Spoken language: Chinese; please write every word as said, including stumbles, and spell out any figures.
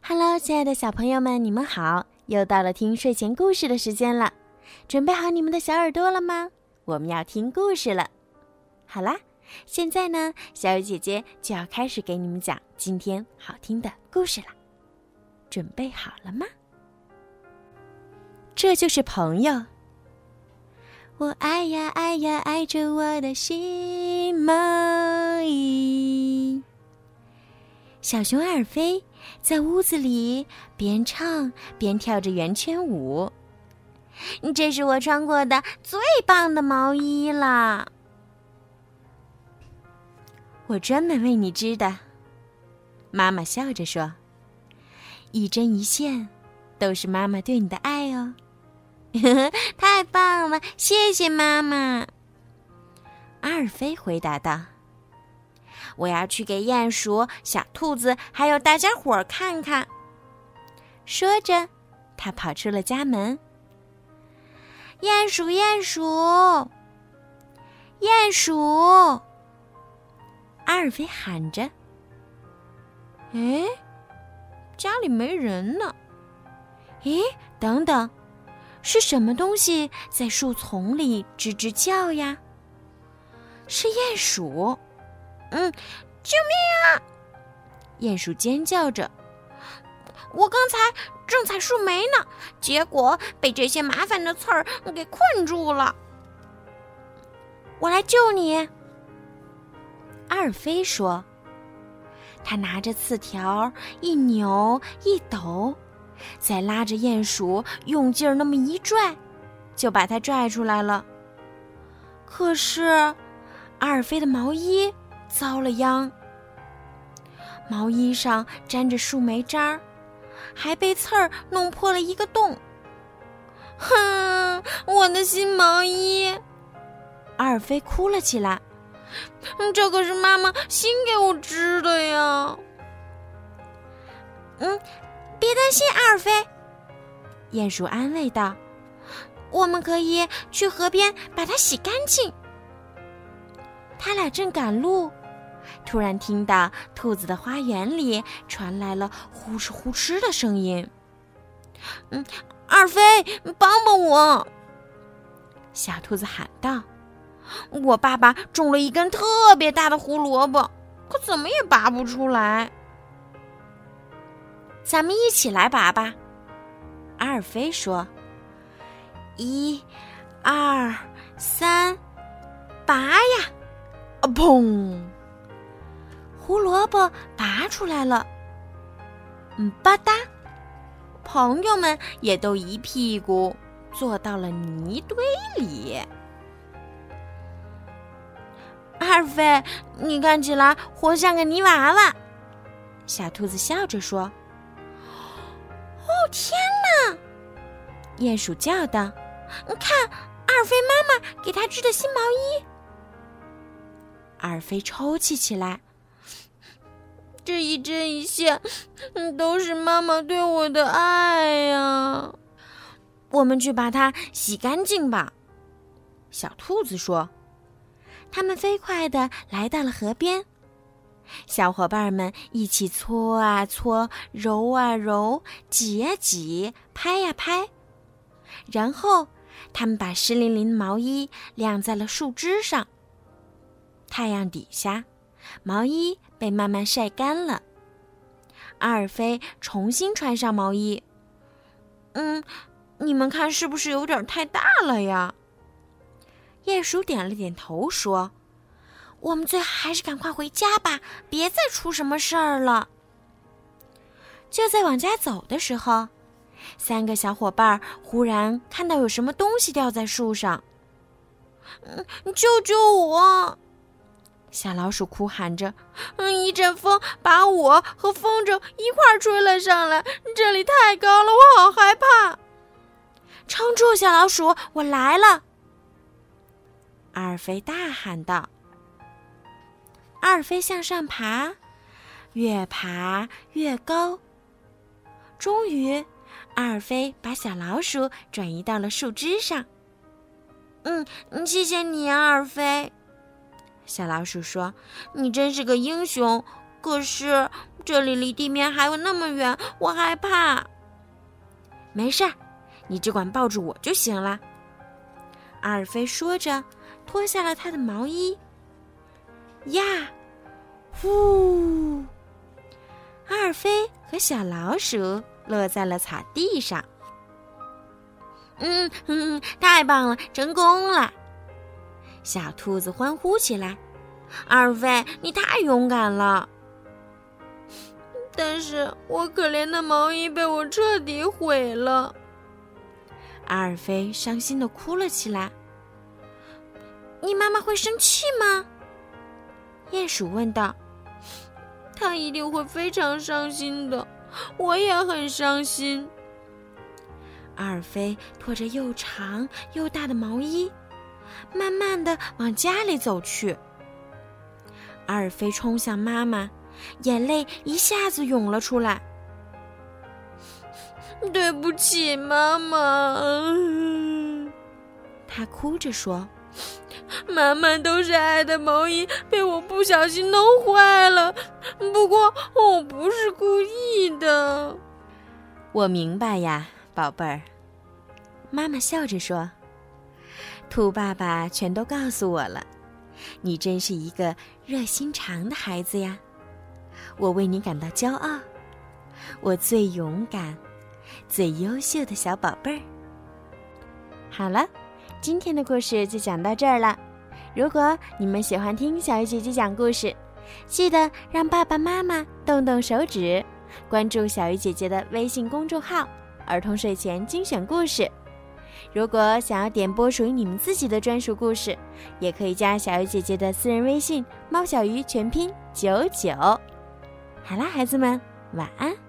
Hello， 亲爱的小朋友们，你们好！又到了听睡前故事的时间了，准备好你们的小耳朵了吗？我们要听故事了。好啦，现在呢，小雨姐姐就要开始给你们讲今天好听的故事了。准备好了吗？这就是朋友。我爱呀爱呀爱着我的新毛衣。小熊阿尔菲在屋子里边唱边跳着圆圈舞。这是我穿过的最棒的毛衣了，我专门为你织的。妈妈笑着说，一针一线都是妈妈对你的爱哦。太棒了，谢谢妈妈。阿尔菲回答道，我要去给鼹鼠、小兔子还有大家伙儿看看。说着，他跑出了家门。鼹鼠，鼹鼠，鼹鼠！阿尔菲喊着。哎，家里没人呢。咦，等等，是什么东西在树丛里吱吱叫呀？是鼹鼠。嗯，救命啊！鼹鼠尖叫着，我刚才正采树莓呢，结果被这些麻烦的刺儿给困住了。我来救你。阿尔菲说，他拿着刺条一扭一抖，再拉着鼹鼠用劲儿那么一拽，就把它拽出来了。可是阿尔菲的毛衣遭了殃，毛衣上沾着树莓渣儿，还被刺儿弄破了一个洞。哼，我的新毛衣！阿尔菲哭了起来。这可是妈妈新给我织的呀。嗯，别担心，阿尔菲，鼹鼠安慰道，我们可以去河边把它洗干净。他俩正赶路，突然听到兔子的花园里传来了呼哧呼哧的声音。嗯，阿尔菲，帮帮我！小兔子喊道，我爸爸种了一根特别大的胡萝卜，可怎么也拔不出来。咱们一起来拔吧，阿尔菲说。一、二、三，拔呀！啊砰！胡萝卜拔出来了。嗯，吧嗒，朋友们也都一屁股坐到了泥堆里。阿尔菲，你看起来活像个泥娃娃。小兔子笑着说。哦，天哪！鼹鼠叫道，看，阿尔菲妈妈给他织的新毛衣。阿尔菲抽泣起来，这一针一线都是妈妈对我的爱呀！我们去把它洗干净吧，小兔子说。他们飞快地来到了河边，小伙伴们一起搓啊搓，揉啊揉，挤呀挤，拍呀拍，然后他们把湿淋淋的毛衣晾在了树枝上。太阳底下，毛衣被慢慢晒干了。阿尔菲重新穿上毛衣。嗯，你们看是不是有点太大了呀？鼹鼠点了点头说，我们最好还是赶快回家吧，别再出什么事儿了。就在往家走的时候，三个小伙伴忽然看到有什么东西掉在树上。嗯，救救我！小老鼠哭喊着，嗯，一阵风把我和风筝一块儿吹了上来，这里太高了，我好害怕。撑住，小老鼠，我来了！阿尔菲大喊道。阿尔菲向上爬，越爬越高。终于，阿尔菲把小老鼠转移到了树枝上。嗯，谢谢你，阿尔菲。小老鼠说，你真是个英雄，可是这里离地面还有那么远，我害怕。没事儿，你只管抱住我就行了。阿尔菲说着，脱下了他的毛衣。呀，呼！阿尔菲和小老鼠落在了草地上。嗯嗯，太棒了，成功了！小兔子欢呼起来。阿尔菲，你太勇敢了！但是我可怜的毛衣被我彻底毁了。阿尔菲伤心地哭了起来。你妈妈会生气吗？鼹鼠问道。她一定会非常伤心的，我也很伤心。阿尔菲拖着又长又大的毛衣，慢慢地往家里走去。阿尔菲冲向妈妈，眼泪一下子涌了出来。对不起，妈妈，他哭着说。满满都是爱的毛衣被我不小心弄坏了，不过我不是故意的。我明白呀，宝贝儿。妈妈笑着说。兔爸爸全都告诉我了，你真是一个热心肠的孩子呀，我为你感到骄傲，我最勇敢最优秀的小宝贝儿。好了，今天的故事就讲到这儿了。如果你们喜欢听小鱼姐姐讲故事，记得让爸爸妈妈动动手指，关注小鱼姐姐的微信公众号儿童睡前精选故事。如果想要点播属于你们自己的专属故事，也可以加小鱼姐姐的私人微信猫小鱼全拼九九。好啦，孩子们，晚安。